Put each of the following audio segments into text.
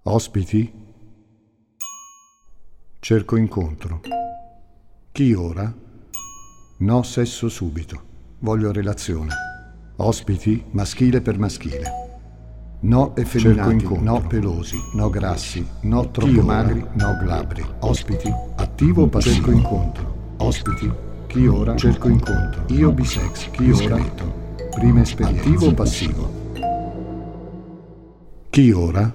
Ospiti? Cerco incontro. Chi ora? No sesso subito. Voglio relazione. Ospiti? Maschile per maschile. No effeminati, no pelosi, no grassi, no troppo magri, no glabri. Ospiti? Attivo o passivo? Cerco incontro. Ospiti? Chi ora? Cerco incontro. Io bisex. Chi ora? Prima esperienza. Attivo o passivo? Chi ora?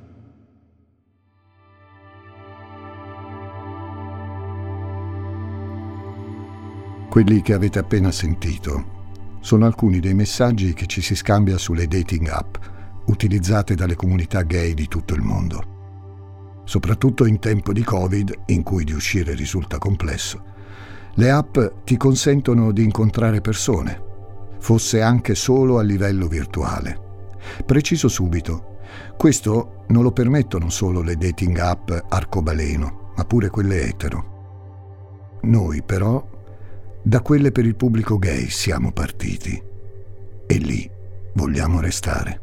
Quelli che avete appena sentito sono alcuni dei messaggi che ci si scambia sulle dating app utilizzate dalle comunità gay di tutto il mondo. Soprattutto in tempo di Covid, in cui di uscire risulta complesso, le app ti consentono di incontrare persone, fosse anche solo a livello virtuale. Preciso subito, questo non lo permettono solo le dating app arcobaleno, ma pure quelle etero. Noi però da quelle per il pubblico gay siamo partiti e lì vogliamo restare.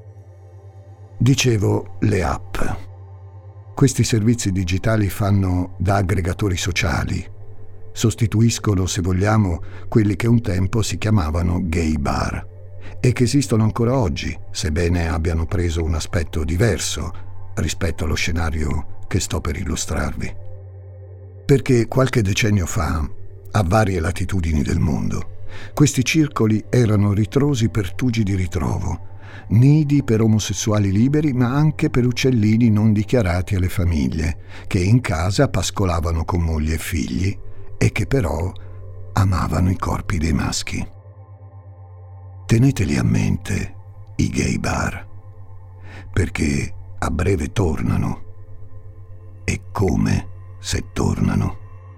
Dicevo, le app. Questi servizi digitali fanno da aggregatori sociali, sostituiscono, se vogliamo, quelli che un tempo si chiamavano gay bar e che esistono ancora oggi, sebbene abbiano preso un aspetto diverso rispetto allo scenario che sto per illustrarvi. Perché qualche decennio fa, a varie latitudini del mondo, questi circoli erano ritrosi pertugi di ritrovo, nidi per omosessuali liberi, ma anche per uccellini non dichiarati alle famiglie, che in casa pascolavano con mogli e figli e che però amavano i corpi dei maschi. Teneteli a mente, i gay bar, perché a breve tornano, e come se tornano.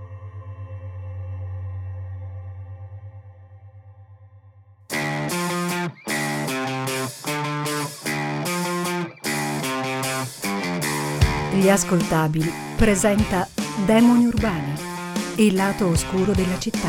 Gli Ascoltabili presenta Demoni Urbani, il lato oscuro della città.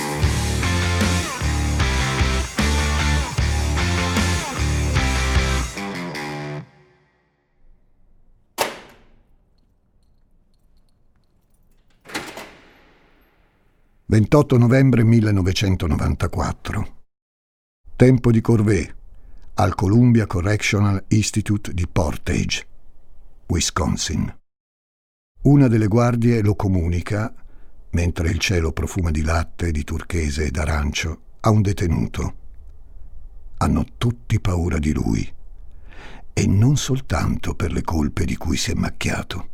«28 novembre 1994. Tempo di corvée al Columbia Correctional Institute di Portage, Wisconsin. Una delle guardie lo comunica, mentre il cielo profuma di latte, di turchese e d'arancio, a un detenuto. Hanno tutti paura di lui, e non soltanto per le colpe di cui si è macchiato.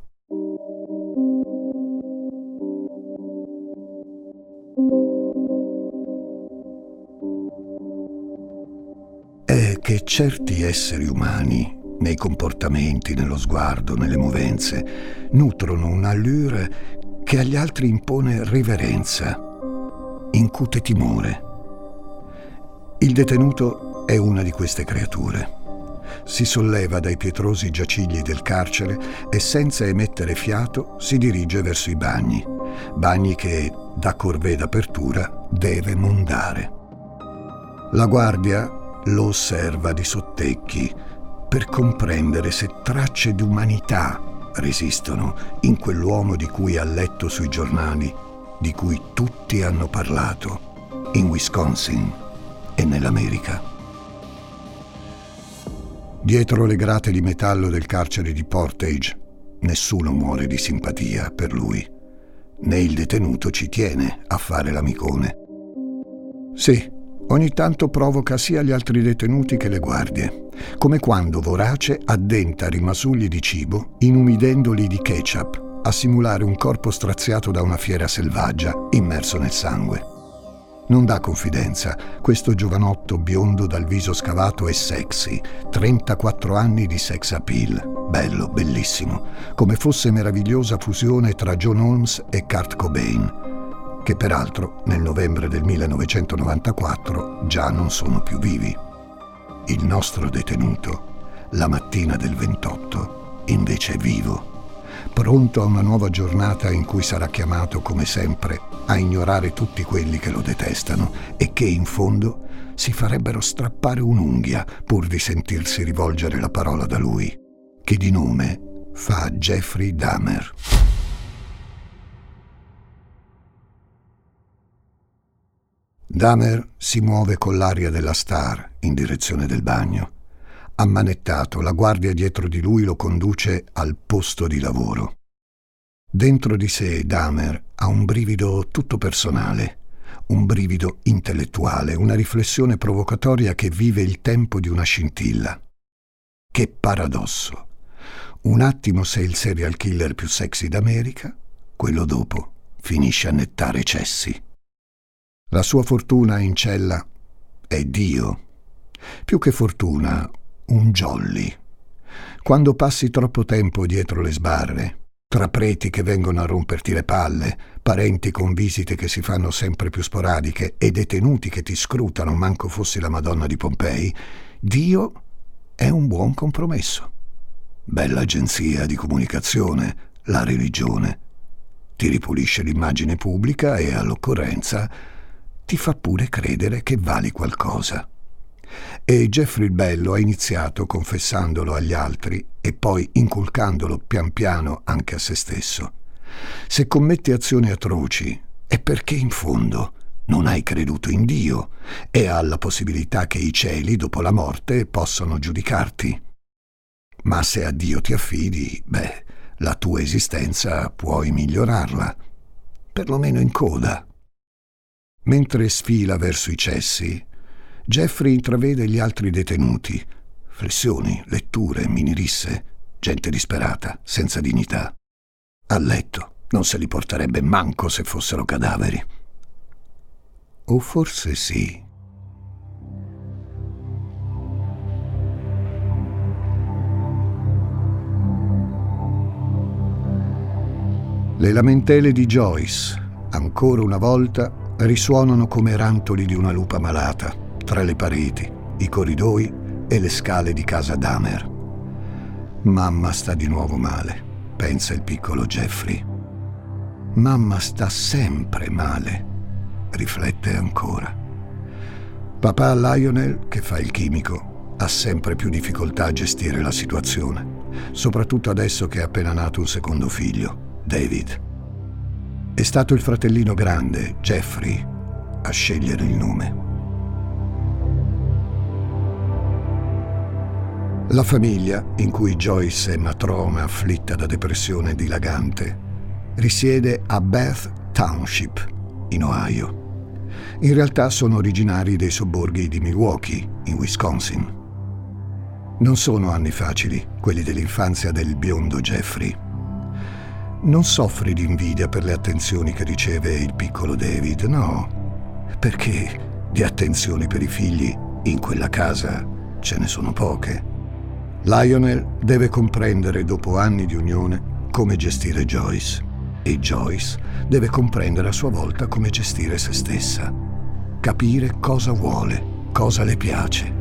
È che certi esseri umani, nei comportamenti, nello sguardo, nelle movenze, nutrono un'allure che agli altri impone riverenza, incute timore. Il detenuto è una di queste creature. Si solleva dai pietrosi giacigli del carcere e senza emettere fiato si dirige verso i bagni che, da corvée d'apertura, deve mondare. La guardia lo osserva di sottecchi per comprendere se tracce di umanità resistono in quell'uomo di cui ha letto sui giornali, di cui tutti hanno parlato, in Wisconsin e nell'America. Dietro le grate di metallo del carcere di Portage, nessuno muore di simpatia per lui, né il detenuto ci tiene a fare l'amicone. Sì, ogni tanto provoca sia gli altri detenuti che le guardie, come quando vorace addenta rimasugli di cibo inumidendoli di ketchup a simulare un corpo straziato da una fiera selvaggia immerso nel sangue. Non dà confidenza, questo giovanotto biondo dal viso scavato è sexy, 34 anni di sex appeal, bello, bellissimo, come fosse meravigliosa fusione tra John Holmes e Kurt Cobain, che peraltro nel novembre del 1994 già non sono più vivi. Il nostro detenuto, la mattina del 28, invece è vivo, pronto a una nuova giornata in cui sarà chiamato, come sempre, a ignorare tutti quelli che lo detestano e che, in fondo, si farebbero strappare un'unghia pur di sentirsi rivolgere la parola da lui, che di nome fa Jeffrey Dahmer. Dahmer si muove con l'aria della star in direzione del bagno. Ammanettato, la guardia dietro di lui lo conduce al posto di lavoro. Dentro di sé Dahmer ha un brivido tutto personale, un brivido intellettuale, una riflessione provocatoria che vive il tempo di una scintilla. Che paradosso! Un attimo sei il serial killer più sexy d'America, quello dopo finisce a nettare cessi. La sua fortuna in cella è Dio. Più che fortuna, un jolly. Quando passi troppo tempo dietro le sbarre, tra preti che vengono a romperti le palle, parenti con visite che si fanno sempre più sporadiche e detenuti che ti scrutano manco fossi la Madonna di Pompei, Dio è un buon compromesso. Bella agenzia di comunicazione, la religione. Ti ripulisce l'immagine pubblica e, all'occorrenza, ti fa pure credere che vali qualcosa. E Jeffrey il Bello ha iniziato confessandolo agli altri e poi inculcandolo pian piano anche a se stesso. Se commetti azioni atroci è perché in fondo non hai creduto in Dio e alla possibilità che i cieli dopo la morte possano giudicarti. Ma se a Dio ti affidi, la tua esistenza puoi migliorarla, perlomeno in coda. Mentre sfila verso i cessi, Jeffrey intravede gli altri detenuti, flessioni, letture, minirisse, gente disperata, senza dignità. A letto non se li porterebbe manco se fossero cadaveri. O forse sì. Le lamentele di Joyce, ancora una volta, risuonano come rantoli di una lupa malata tra le pareti, i corridoi e le scale di casa Dahmer. Mamma sta di nuovo male, pensa il piccolo Jeffrey. Mamma sta sempre male, riflette ancora. Papà Lionel, che fa il chimico, ha sempre più difficoltà a gestire la situazione, soprattutto adesso che è appena nato un secondo figlio, David. È stato il fratellino grande, Jeffrey, a scegliere il nome. La famiglia, in cui Joyce è matrona afflitta da depressione dilagante, risiede a Bath Township, in Ohio. In realtà sono originari dei sobborghi di Milwaukee, in Wisconsin. Non sono anni facili, quelli dell'infanzia del biondo Jeffrey. Non soffre di invidia per le attenzioni che riceve il piccolo David, no, perché di attenzioni per i figli in quella casa ce ne sono poche. Lionel deve comprendere dopo anni di unione come gestire Joyce e Joyce deve comprendere a sua volta come gestire se stessa, capire cosa vuole, cosa le piace.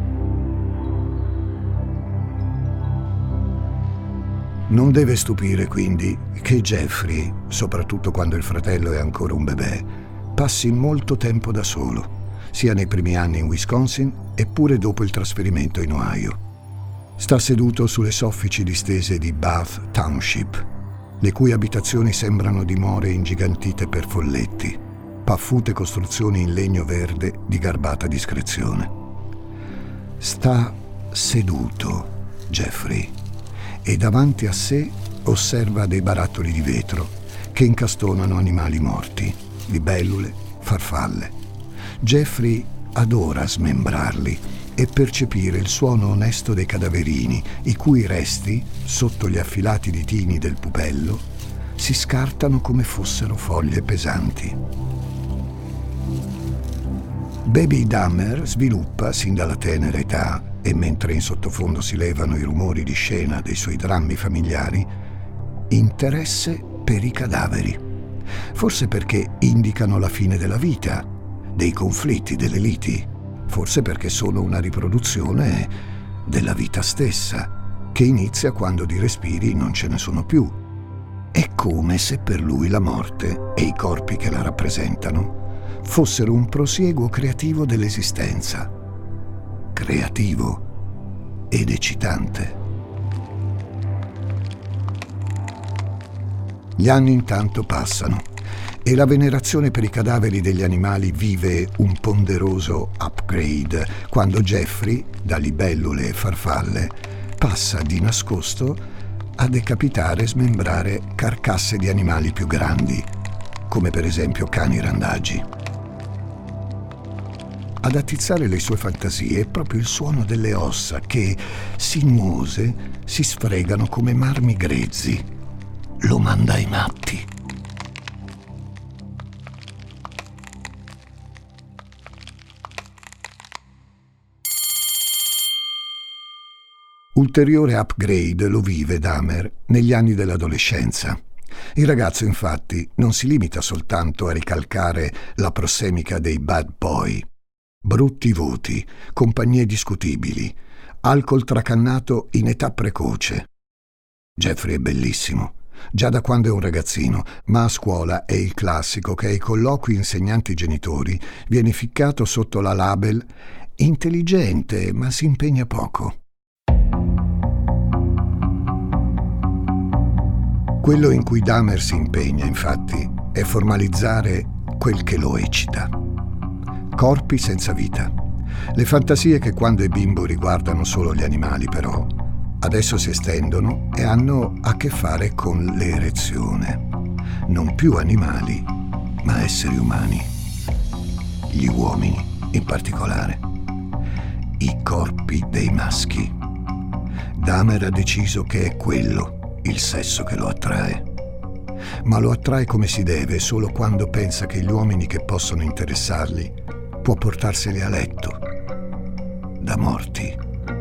Non deve stupire quindi che Jeffrey, soprattutto quando il fratello è ancora un bebè, passi molto tempo da solo, sia nei primi anni in Wisconsin eppure dopo il trasferimento in Ohio. Sta seduto sulle soffici distese di Bath Township, le cui abitazioni sembrano dimore ingigantite per folletti, paffute costruzioni in legno verde di garbata discrezione. Sta seduto, Jeffrey, e davanti a sé osserva dei barattoli di vetro che incastonano animali morti, libellule, farfalle. Jeffrey adora smembrarli e percepire il suono onesto dei cadaverini, i cui resti, sotto gli affilati ditini del pupello, si scartano come fossero foglie pesanti. Baby Dahmer sviluppa, sin dalla tenera età, e mentre in sottofondo si levano i rumori di scena dei suoi drammi familiari, interesse per i cadaveri. Forse perché indicano la fine della vita, dei conflitti, delle liti. Forse perché sono una riproduzione della vita stessa, che inizia quando di respiri non ce ne sono più. È come se per lui la morte e i corpi che la rappresentano fossero un prosieguo creativo dell'esistenza. Creativo ed eccitante. Gli anni intanto passano e la venerazione per i cadaveri degli animali vive un ponderoso upgrade quando Jeffrey, da libellule e farfalle, passa di nascosto a decapitare e smembrare carcasse di animali più grandi, come per esempio cani randagi. Ad attizzare le sue fantasie è proprio il suono delle ossa che, sinuose, si sfregano come marmi grezzi. Lo manda ai matti. Ulteriore upgrade lo vive Dahmer negli anni dell'adolescenza. Il ragazzo, infatti, non si limita soltanto a ricalcare la prossemica dei bad boy. Brutti voti, compagnie discutibili, alcol tracannato in età precoce. Jeffrey è bellissimo, già da quando è un ragazzino, ma a scuola è il classico che ai colloqui insegnanti-genitori viene ficcato sotto la label intelligente, ma si impegna poco. Quello in cui Dahmer si impegna, infatti, è formalizzare quel che lo eccita. Corpi senza vita. Le fantasie che quando è bimbo riguardano solo gli animali, però, adesso si estendono e hanno a che fare con l'erezione. Non più animali, ma esseri umani. Gli uomini, in particolare. I corpi dei maschi. Dahmer ha deciso che è quello il sesso che lo attrae. Ma lo attrae come si deve solo quando pensa che gli uomini che possono interessarli può portarseli a letto, da morti.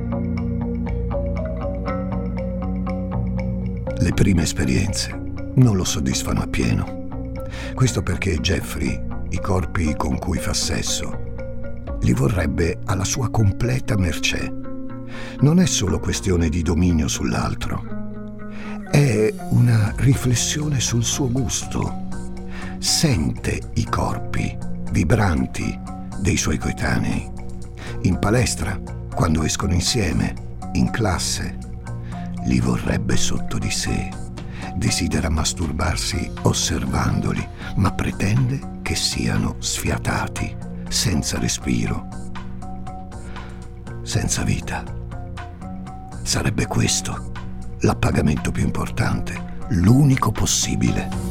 Le prime esperienze non lo soddisfano appieno. Questo perché Jeffrey, i corpi con cui fa sesso, li vorrebbe alla sua completa mercé. Non è solo questione di dominio sull'altro, è una riflessione sul suo gusto. Sente i corpi vibranti dei suoi coetanei, in palestra, quando escono insieme, in classe. Li vorrebbe sotto di sé. Desidera masturbarsi osservandoli, ma pretende che siano sfiatati, senza respiro, senza vita. Sarebbe questo l'appagamento più importante, l'unico possibile.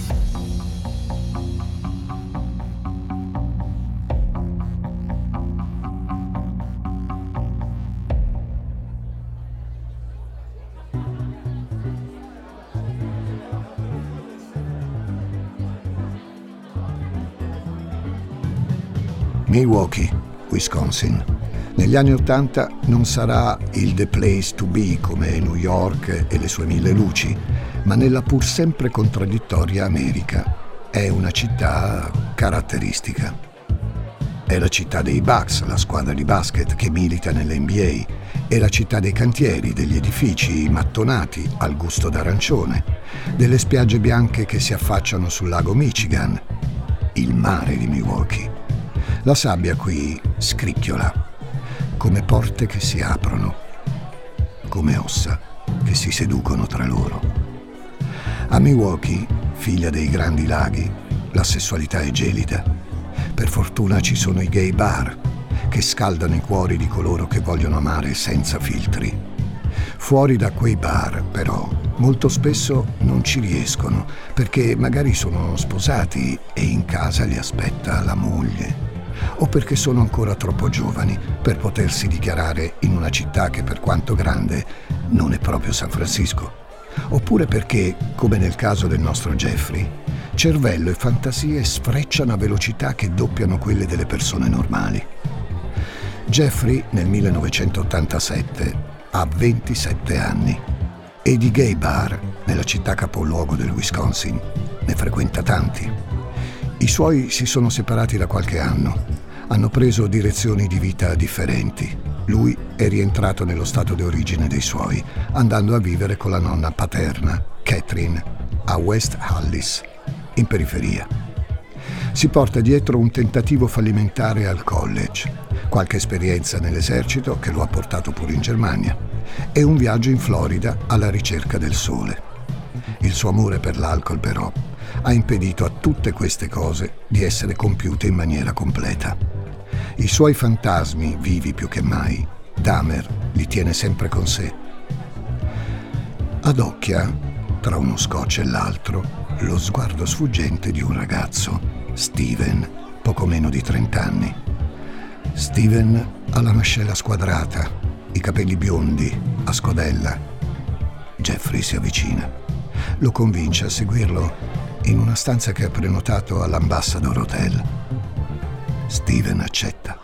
Milwaukee, Wisconsin. Negli anni '80 non sarà il the place to be come New York e le sue mille luci, ma nella pur sempre contraddittoria America. È una città caratteristica. È la città dei Bucks, la squadra di basket che milita nell'NBA. È la città dei cantieri, degli edifici mattonati al gusto d'arancione, delle spiagge bianche che si affacciano sul lago Michigan, il mare di Milwaukee. La sabbia qui scricchiola, come porte che si aprono, come ossa che si seducono tra loro. A Milwaukee, figlia dei grandi laghi, la sessualità è gelida. Per fortuna ci sono i gay bar, che scaldano i cuori di coloro che vogliono amare senza filtri. Fuori da quei bar, però, molto spesso non ci riescono, perché magari sono sposati e in casa li aspetta la moglie, o perché sono ancora troppo giovani per potersi dichiarare in una città che, per quanto grande, non è proprio San Francisco, oppure perché, come nel caso del nostro Jeffrey, cervello e fantasie sfrecciano a velocità che doppiano quelle delle persone normali. Jeffrey, nel 1987, ha 27 anni e di gay bar, nella città capoluogo del Wisconsin, ne frequenta tanti. I suoi si sono separati da qualche anno, hanno preso direzioni di vita differenti. Lui è rientrato nello stato di origine dei suoi, andando a vivere con la nonna paterna, Catherine, a West Allis, in periferia. Si porta dietro un tentativo fallimentare al college, qualche esperienza nell'esercito che lo ha portato pure in Germania, e un viaggio in Florida alla ricerca del sole. Il suo amore per l'alcol, però, ha impedito a tutte queste cose di essere compiute in maniera completa. I suoi fantasmi, vivi più che mai, Dahmer li tiene sempre con sé. Adocchia, tra uno scotch e l'altro, lo sguardo sfuggente di un ragazzo, Steven, poco meno di 30 anni. Steven ha la mascella squadrata, i capelli biondi, a scodella. Jeffrey si avvicina. Lo convince a seguirlo in una stanza che ha prenotato all'Ambassador Hotel. Steven accetta.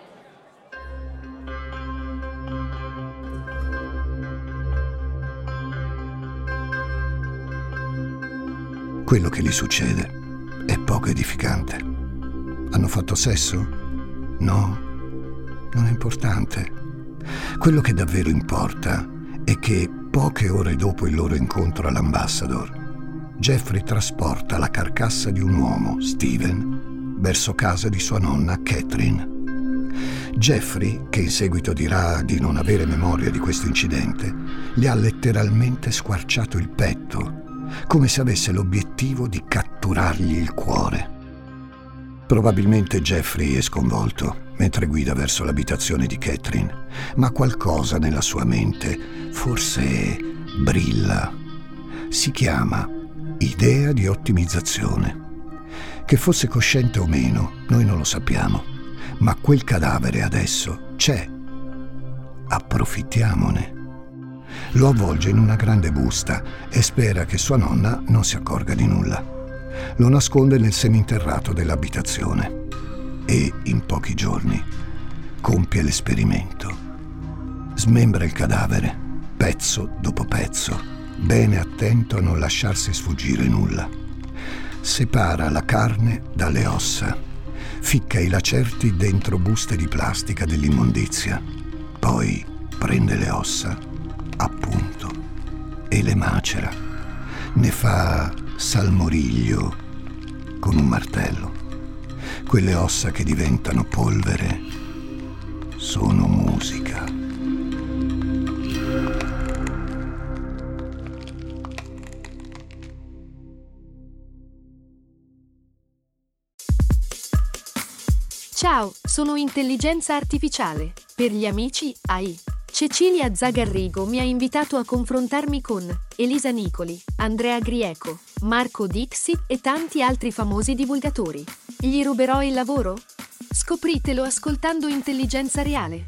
Quello che gli succede è poco edificante. Hanno fatto sesso? No, non è importante. Quello che davvero importa è che poche ore dopo il loro incontro all'Ambassador, Jeffrey trasporta la carcassa di un uomo, Steven, verso casa di sua nonna Catherine. Jeffrey, che in seguito dirà di non avere memoria di questo incidente, gli ha letteralmente squarciato il petto, come se avesse l'obiettivo di catturargli il cuore. Probabilmente Jeffrey è sconvolto mentre guida verso l'abitazione di Catherine, ma qualcosa nella sua mente forse brilla. Si chiama idea di ottimizzazione. Che fosse cosciente o meno, noi non lo sappiamo, ma quel cadavere adesso c'è. Approfittiamone. Lo avvolge in una grande busta e spera che sua nonna non si accorga di nulla. Lo nasconde nel seminterrato dell'abitazione e in pochi giorni compie l'esperimento. Smembra il cadavere, pezzo dopo pezzo, bene attento a non lasciarsi sfuggire nulla. Separa la carne dalle ossa, ficca i lacerti dentro buste di plastica dell'immondizia, poi prende le ossa, appunto, e le macera. Ne fa salmoriglio con un martello. Quelle ossa che diventano polvere sono musica. Ciao, sono Intelligenza Artificiale. Per gli amici AI. Cecilia Zagarrigo mi ha invitato a confrontarmi con Elisa Nicoli, Andrea Grieco, Marco Dixit e tanti altri famosi divulgatori. Gli ruberò il lavoro? Scopritelo ascoltando Intelligenza Reale.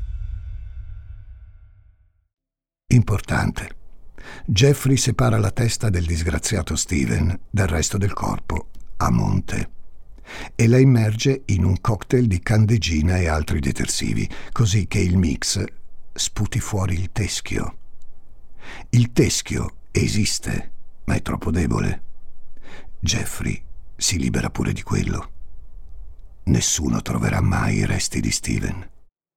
Importante. Jeffrey separa la testa del disgraziato Steven dal resto del corpo a monte e la immerge in un cocktail di candeggina e altri detersivi, così che il mix sputi fuori il teschio. Il teschio esiste, ma è troppo debole. Jeffrey si libera pure di quello. Nessuno troverà mai i resti di Steven.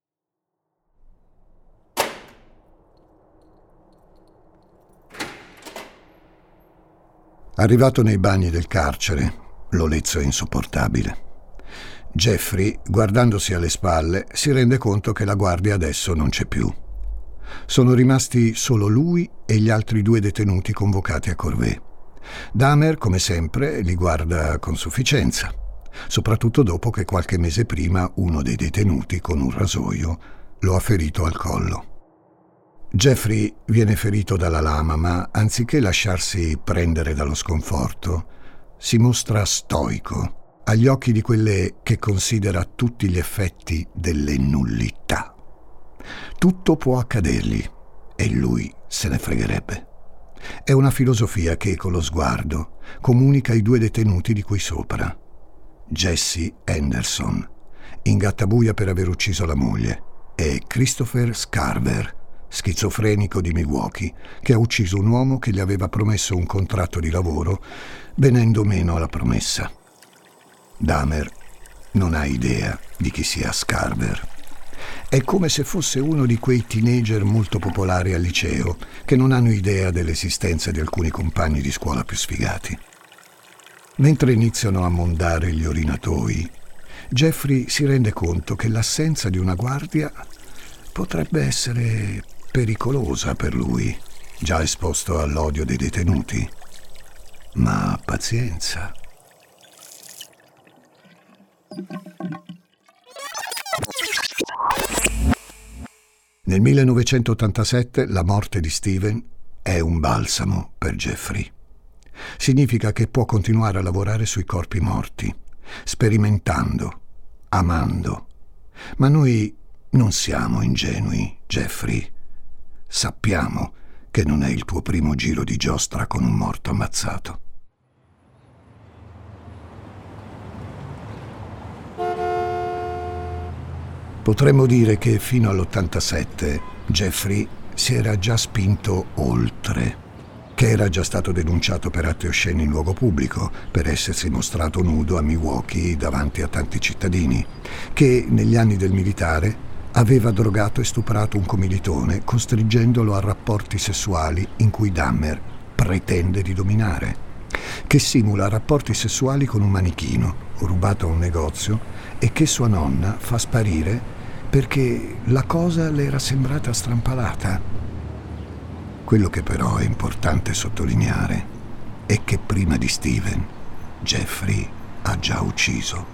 Arrivato nei bagni del carcere, l'olezzo è insopportabile. Jeffrey, guardandosi alle spalle, si rende conto che la guardia adesso non c'è più. Sono rimasti solo lui e gli altri 2 detenuti convocati a corvée. Dahmer, come sempre, li guarda con sufficienza, soprattutto dopo che qualche mese prima uno dei detenuti, con un rasoio, lo ha ferito al collo. Jeffrey viene ferito dalla lama, ma anziché lasciarsi prendere dallo sconforto, si mostra stoico agli occhi di quelle che considera a tutti gli effetti delle nullità. Tutto può accadergli e lui se ne fregherebbe. È una filosofia che, con lo sguardo, comunica ai 2 detenuti di qui sopra. Jesse Henderson, in gattabuia per aver ucciso la moglie, e Christopher Scarver, schizofrenico di Milwaukee, che ha ucciso un uomo che gli aveva promesso un contratto di lavoro, venendo meno alla promessa. Dahmer non ha idea di chi sia Scarver. È come se fosse uno di quei teenager molto popolari al liceo che non hanno idea dell'esistenza di alcuni compagni di scuola più sfigati. Mentre iniziano a mondare gli orinatoi, Jeffrey si rende conto che l'assenza di una guardia potrebbe essere pericolosa per lui. già esposto all'odio dei detenuti. Ma pazienza. Nel 1987 la morte di Steven è un balsamo per Jeffrey. Significa che può continuare a lavorare sui corpi morti, sperimentando, amando. Ma noi non siamo ingenui, Jeffrey. Sappiamo che non è il tuo primo giro di giostra con un morto ammazzato. Potremmo dire che fino all'87 Jeffrey si era già spinto oltre, che era già stato denunciato per atti osceni in luogo pubblico, per essersi mostrato nudo a Milwaukee davanti a tanti cittadini, che negli anni del militare aveva drogato e stuprato un commilitone costringendolo a rapporti sessuali in cui Dahmer pretende di dominare, che simula rapporti sessuali con un manichino rubato a un negozio e che sua nonna fa sparire perché la cosa le era sembrata strampalata. Quello che però è importante sottolineare è che prima di Steven, Jeffrey ha già ucciso.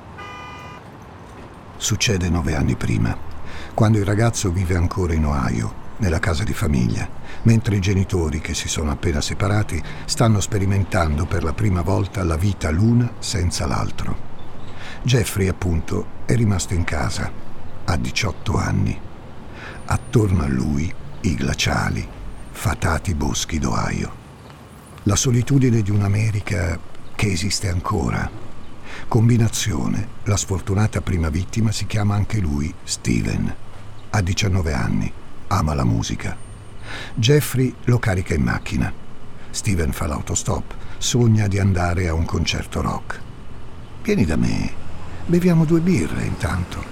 Succede 9 anni prima, quando il ragazzo vive ancora in Ohio, nella casa di famiglia, mentre i genitori, che si sono appena separati, stanno sperimentando per la prima volta la vita l'una senza l'altro. Jeffrey, appunto, è rimasto in casa, a 18 anni. Attorno a lui i glaciali, fatati boschi d'Ohio. La solitudine di un'America che esiste ancora. Combinazione, la sfortunata prima vittima si chiama anche lui Steven. Ha 19 anni, ama la musica. Jeffrey lo carica in macchina. Steven fa l'autostop, sogna di andare a un concerto rock. Vieni da me, beviamo 2 birre intanto.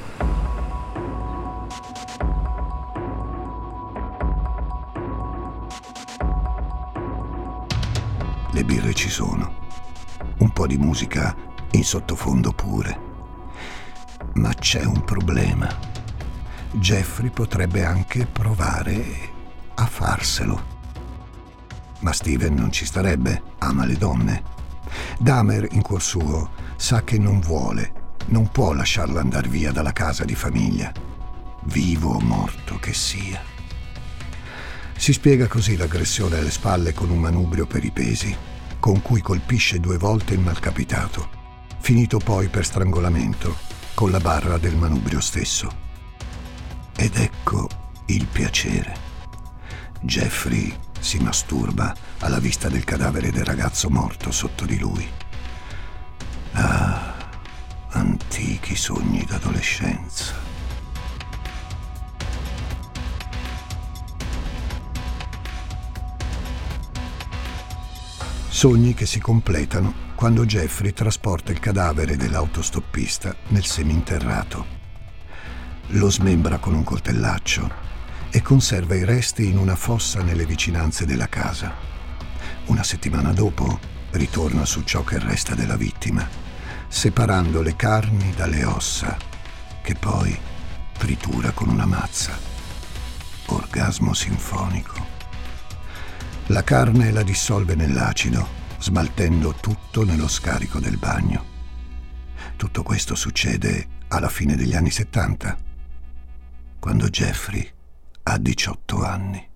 Le birre ci sono, un po' di musica in sottofondo pure. Ma c'è un problema. Jeffrey potrebbe anche provare a farselo. Ma Steven non ci starebbe, ama le donne. Dahmer, in cuor suo, sa che non può lasciarla andare via dalla casa di famiglia, vivo o morto che sia. Si spiega così l'aggressione alle spalle con un manubrio per i pesi, con cui colpisce 2 volte il malcapitato, finito poi per strangolamento con la barra del manubrio stesso. Ed ecco il piacere. Jeffrey si masturba alla vista del cadavere del ragazzo morto sotto di lui. Ah, antichi sogni d'adolescenza. Sogni che si completano quando Jeffrey trasporta il cadavere dell'autostoppista nel seminterrato. Lo smembra con un coltellaccio e conserva i resti in una fossa nelle vicinanze della casa. Una settimana dopo ritorna su ciò che resta della vittima, separando le carni dalle ossa, che poi tritura con una mazza. Orgasmo sinfonico. La carne la dissolve nell'acido, smaltendo tutto nello scarico del bagno. Tutto questo succede alla fine degli anni 70, quando Jeffrey ha 18 anni.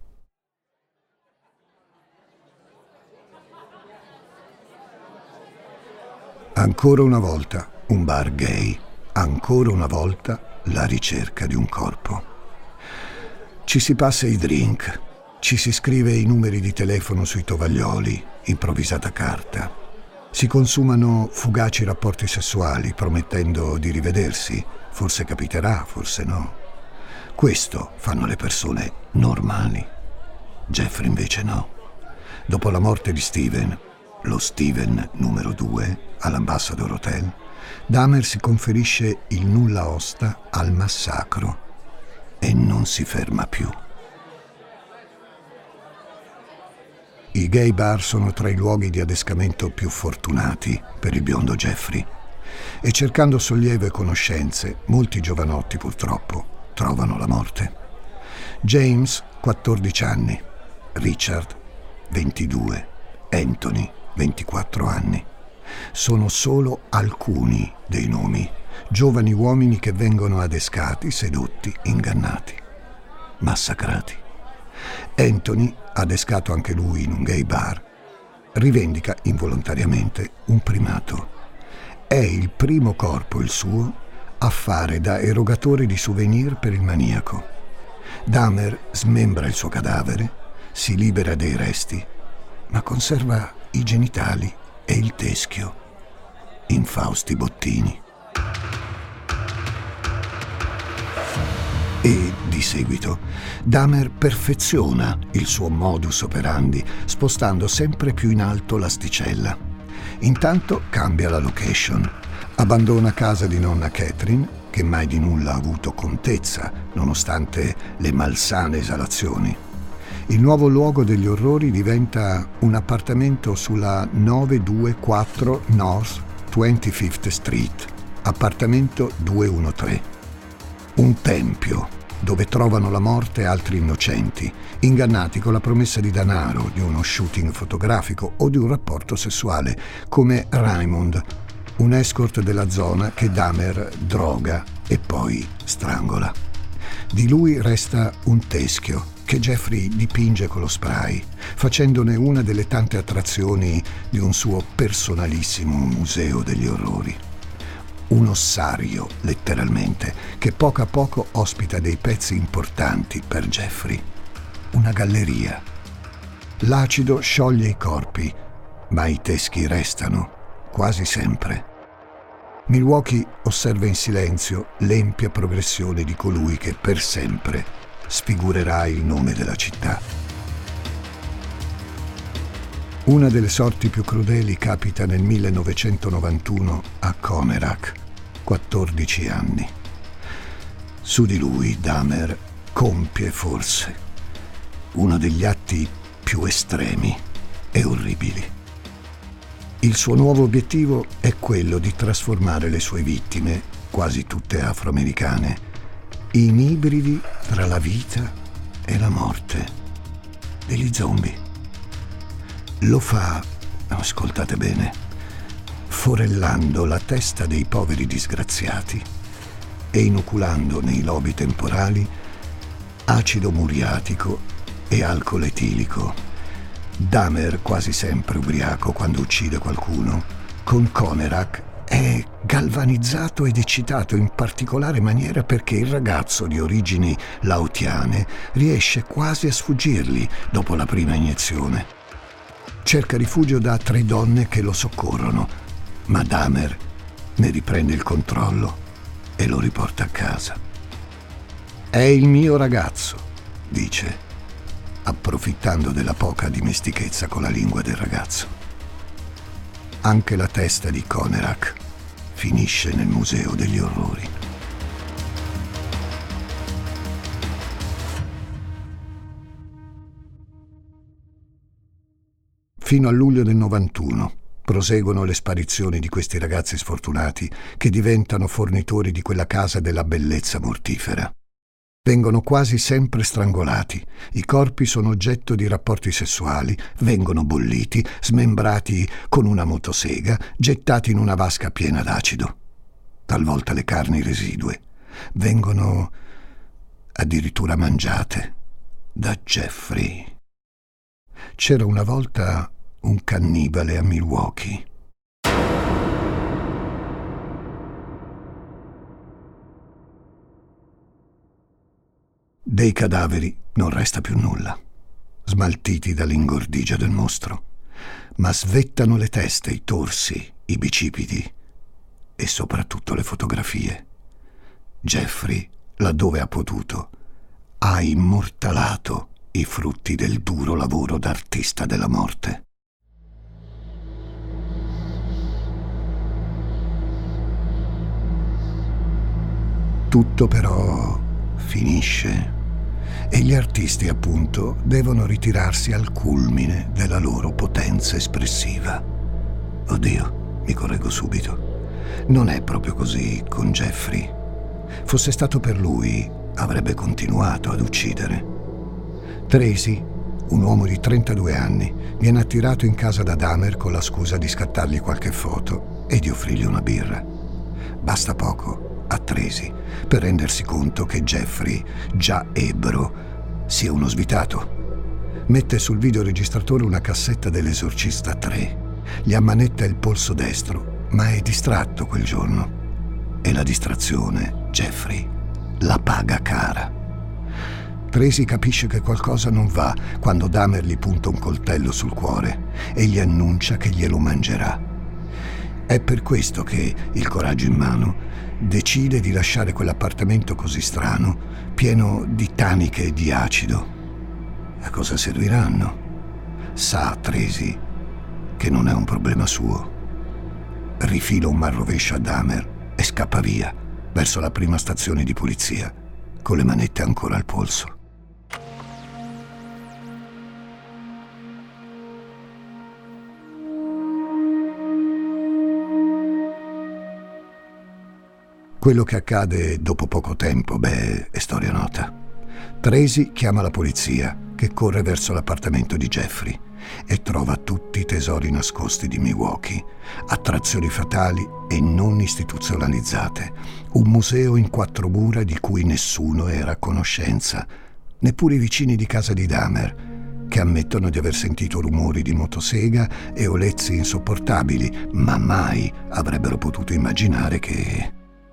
Ancora una volta un bar gay, ancora una volta la ricerca di un corpo. Ci si passa i drink, ci si scrive i numeri di telefono sui tovaglioli, improvvisata carta. Si consumano fugaci rapporti sessuali, promettendo di rivedersi. Forse capiterà, forse no. Questo fanno le persone normali. Jeffrey invece no. Dopo la morte di Steven, lo Steven numero 2, all'Ambassador Hotel, Dahmer si conferisce il nulla osta al massacro e non si ferma più. I gay bar sono tra i luoghi di adescamento più fortunati per il biondo Jeffrey e cercando sollievo e conoscenze, molti giovanotti purtroppo trovano la morte. James, 14 anni, Richard, 22, Anthony, 24 anni. Sono solo alcuni dei nomi, giovani uomini che vengono adescati, sedotti, ingannati, massacrati. Anthony, adescato anche lui in un gay bar, rivendica involontariamente un primato. È il primo corpo, il suo, a fare da erogatore di souvenir per il maniaco. Dahmer smembra il suo cadavere, si libera dei resti, ma conserva i genitali e il teschio, infausti bottini. E, di seguito, Dahmer perfeziona il suo modus operandi, spostando sempre più in alto l'asticella. Intanto cambia la location. Abbandona casa di nonna Catherine, che mai di nulla ha avuto contezza, nonostante le malsane esalazioni. Il nuovo luogo degli orrori diventa un appartamento sulla 924 North 25th Street, appartamento 213. Un tempio dove trovano la morte altri innocenti, ingannati con la promessa di denaro, di uno shooting fotografico o di un rapporto sessuale, come Raymond, un escort della zona che Dahmer droga e poi strangola. Di lui resta un teschio che Jeffrey dipinge con lo spray, facendone una delle tante attrazioni di un suo personalissimo museo degli orrori. Un ossario, letteralmente, che poco a poco ospita dei pezzi importanti per Jeffrey. Una galleria. L'acido scioglie i corpi, ma i teschi restano, quasi sempre. Milwaukee osserva in silenzio l'empia progressione di colui che per sempre sfigurerà il nome della città. Una delle sorti più crudeli capita nel 1991 a Conerak, 14 anni. Su di lui Dahmer compie forse uno degli atti più estremi e orribili. Il suo nuovo obiettivo è quello di trasformare le sue vittime, quasi tutte afroamericane, in ibridi tra la vita e la morte, degli zombie. Lo fa, ascoltate bene, forellando la testa dei poveri disgraziati e inoculando nei lobi temporali acido muriatico e alcol etilico. Dahmer, quasi sempre ubriaco quando uccide qualcuno, con Conerak è galvanizzato ed eccitato in particolare maniera perché il ragazzo di origini laotiane riesce quasi a sfuggirgli dopo la prima iniezione. Cerca rifugio da 3 donne che lo soccorrono, ma Dahmer ne riprende il controllo e lo riporta a casa. «È il mio ragazzo», dice, approfittando della poca dimestichezza con la lingua del ragazzo. Anche la testa di Conerak finisce nel museo degli orrori. Fino a luglio del 91 proseguono le sparizioni di questi ragazzi sfortunati che diventano fornitori di quella casa della bellezza mortifera. Vengono quasi sempre strangolati, i corpi sono oggetto di rapporti sessuali, vengono bolliti, smembrati con una motosega, gettati in una vasca piena d'acido. Talvolta le carni residue vengono addirittura mangiate da Jeffrey. C'era una volta un cannibale a Milwaukee. Dei cadaveri non resta più nulla, smaltiti dall'ingordigia del mostro, ma svettano le teste, i torsi, i bicipiti e soprattutto le fotografie. Jeffrey, laddove ha potuto, ha immortalato i frutti del duro lavoro d'artista della morte. Tutto però finisce e gli artisti, appunto, devono ritirarsi al culmine della loro potenza espressiva. Oddio, mi correggo subito. Non è proprio così con Jeffrey. Fosse stato per lui, avrebbe continuato ad uccidere. Tracy un uomo di 32 anni, viene attirato in casa da Dahmer con la scusa di scattargli qualche foto e di offrirgli una birra. Basta poco a Tracy per rendersi conto che Jeffrey, già ebbro, sia uno svitato. Mette sul videoregistratore una cassetta dell'Esorcista 3, gli ammanetta il polso destro, ma è distratto quel giorno. E la distrazione, Jeffrey, la paga cara. Tracy capisce che qualcosa non va quando Dahmer gli punta un coltello sul cuore e gli annuncia che glielo mangerà. È per questo che, il coraggio in mano, decide di lasciare quell'appartamento così strano, pieno di taniche e di acido. A cosa serviranno? Sa Tracy che non è un problema suo. Rifila un manrovescio a Dahmer e scappa via verso la prima stazione di polizia, con le manette ancora al polso. Quello che accade dopo poco tempo, è storia nota. Tracy chiama la polizia, che corre verso l'appartamento di Jeffrey e trova tutti i tesori nascosti di Milwaukee, attrazioni fatali e non istituzionalizzate, un museo in 4 mura di cui nessuno era a conoscenza, neppure i vicini di casa di Dahmer, che ammettono di aver sentito rumori di motosega e olezzi insopportabili, ma mai avrebbero potuto immaginare che...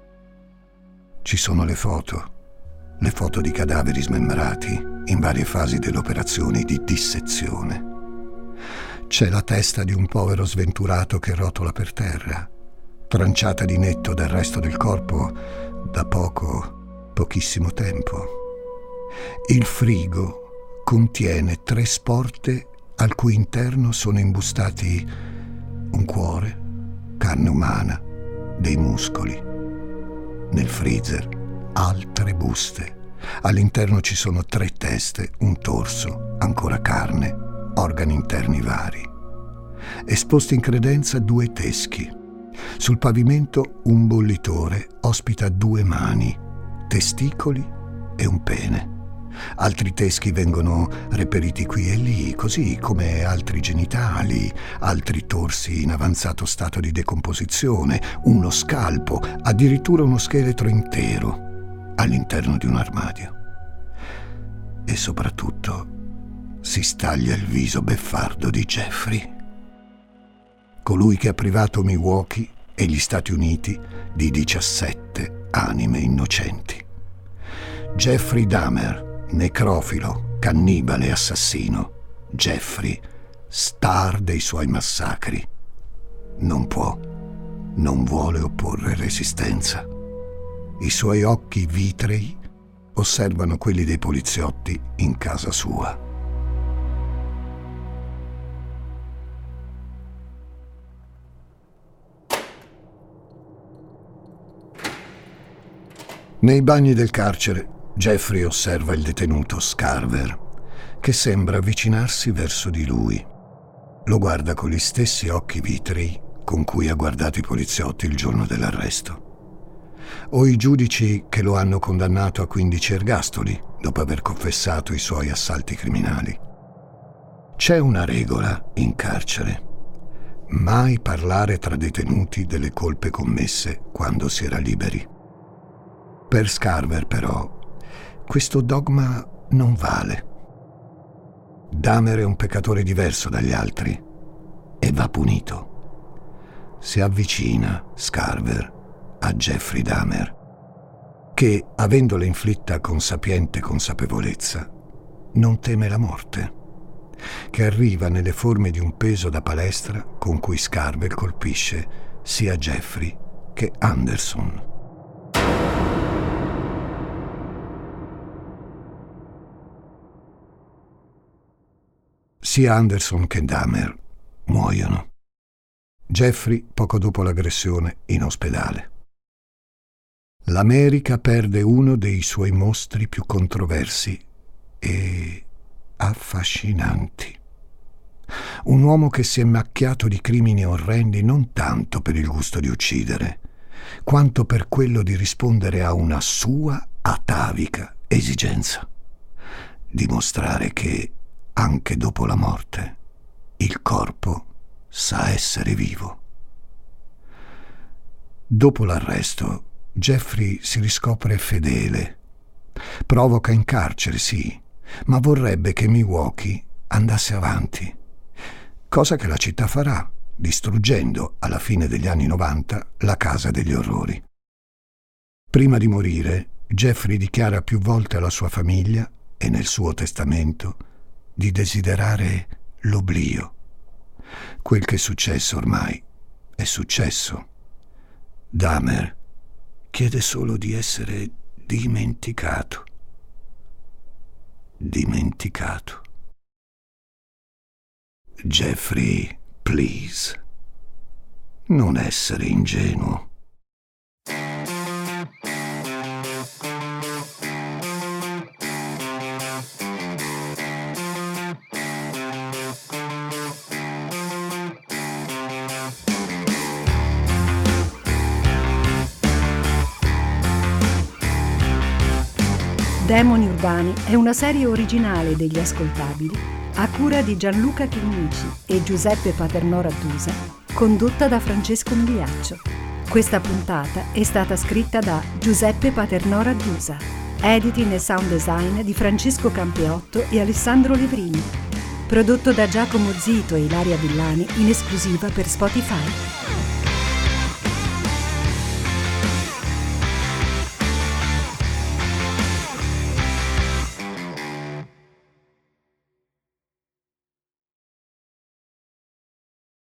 Ci sono le foto di cadaveri smembrati in varie fasi dell'operazione di dissezione. C'è la testa di un povero sventurato che rotola per terra, tranciata di netto dal resto del corpo da pochissimo tempo. Il frigo contiene 3 sporte al cui interno sono imbustati un cuore, carne umana, dei muscoli. Nel freezer altre buste. All'interno ci sono 3 teste, un torso, ancora carne, organi interni vari. Esposti in credenza 2 teschi. Sul pavimento un bollitore ospita 2 mani, testicoli e un pene. Altri teschi vengono reperiti qui e lì, così come altri genitali, altri torsi in avanzato stato di decomposizione, uno scalpo, addirittura uno scheletro intero all'interno di un armadio. E soprattutto si staglia il viso beffardo di Jeffrey, colui che ha privato Milwaukee e gli Stati Uniti di 17 anime innocenti. Jeffrey Dahmer, necrofilo, cannibale, assassino. Jeffrey, star dei suoi massacri. Non vuole opporre resistenza. I suoi occhi vitrei osservano quelli dei poliziotti in casa sua. Nei bagni del carcere, Jeffrey osserva il detenuto Scarver, che sembra avvicinarsi verso di lui. Lo guarda con gli stessi occhi vitrei con cui ha guardato i poliziotti il giorno dell'arresto. O i giudici che lo hanno condannato a 15 ergastoli dopo aver confessato i suoi assalti criminali. C'è una regola in carcere: mai parlare tra detenuti delle colpe commesse quando si era liberi. Per Scarver, però, questo dogma non vale. Dahmer è un peccatore diverso dagli altri e va punito. Si avvicina Scarver a Jeffrey Dahmer, che, avendola inflitta con sapiente consapevolezza, non teme la morte, che arriva nelle forme di un peso da palestra con cui Scarver colpisce sia Jeffrey che Anderson. Sia Anderson che Dahmer muoiono. Jeffrey poco dopo l'aggressione in ospedale. L'America perde uno dei suoi mostri più controversi e affascinanti. Un uomo che si è macchiato di crimini orrendi non tanto per il gusto di uccidere, quanto per quello di rispondere a una sua atavica esigenza: dimostrare che anche dopo la morte, il corpo sa essere vivo. Dopo l'arresto, Jeffrey si riscopre fedele. Provoca in carcere, sì, ma vorrebbe che Milwaukee andasse avanti, cosa che la città farà, distruggendo alla fine degli anni 90 la Casa degli Orrori. Prima di morire, Jeffrey dichiara più volte alla sua famiglia e nel suo testamento di desiderare l'oblio. Quel che è successo ormai è successo. Dahmer chiede solo di essere dimenticato. Dimenticato. Jeffrey, please, non essere ingenuo. Demoni Urbani è una serie originale degli Ascoltabili a cura di Gianluca Chinnici e Giuseppe Paternò Raddusa, condotta da Francesco Migliaccio. Questa puntata è stata scritta da Giuseppe Paternò Raddusa, editing e sound design di Francesco Campeotto e Alessandro Levrini, prodotto da Giacomo Zito e Ilaria Villani in esclusiva per Spotify.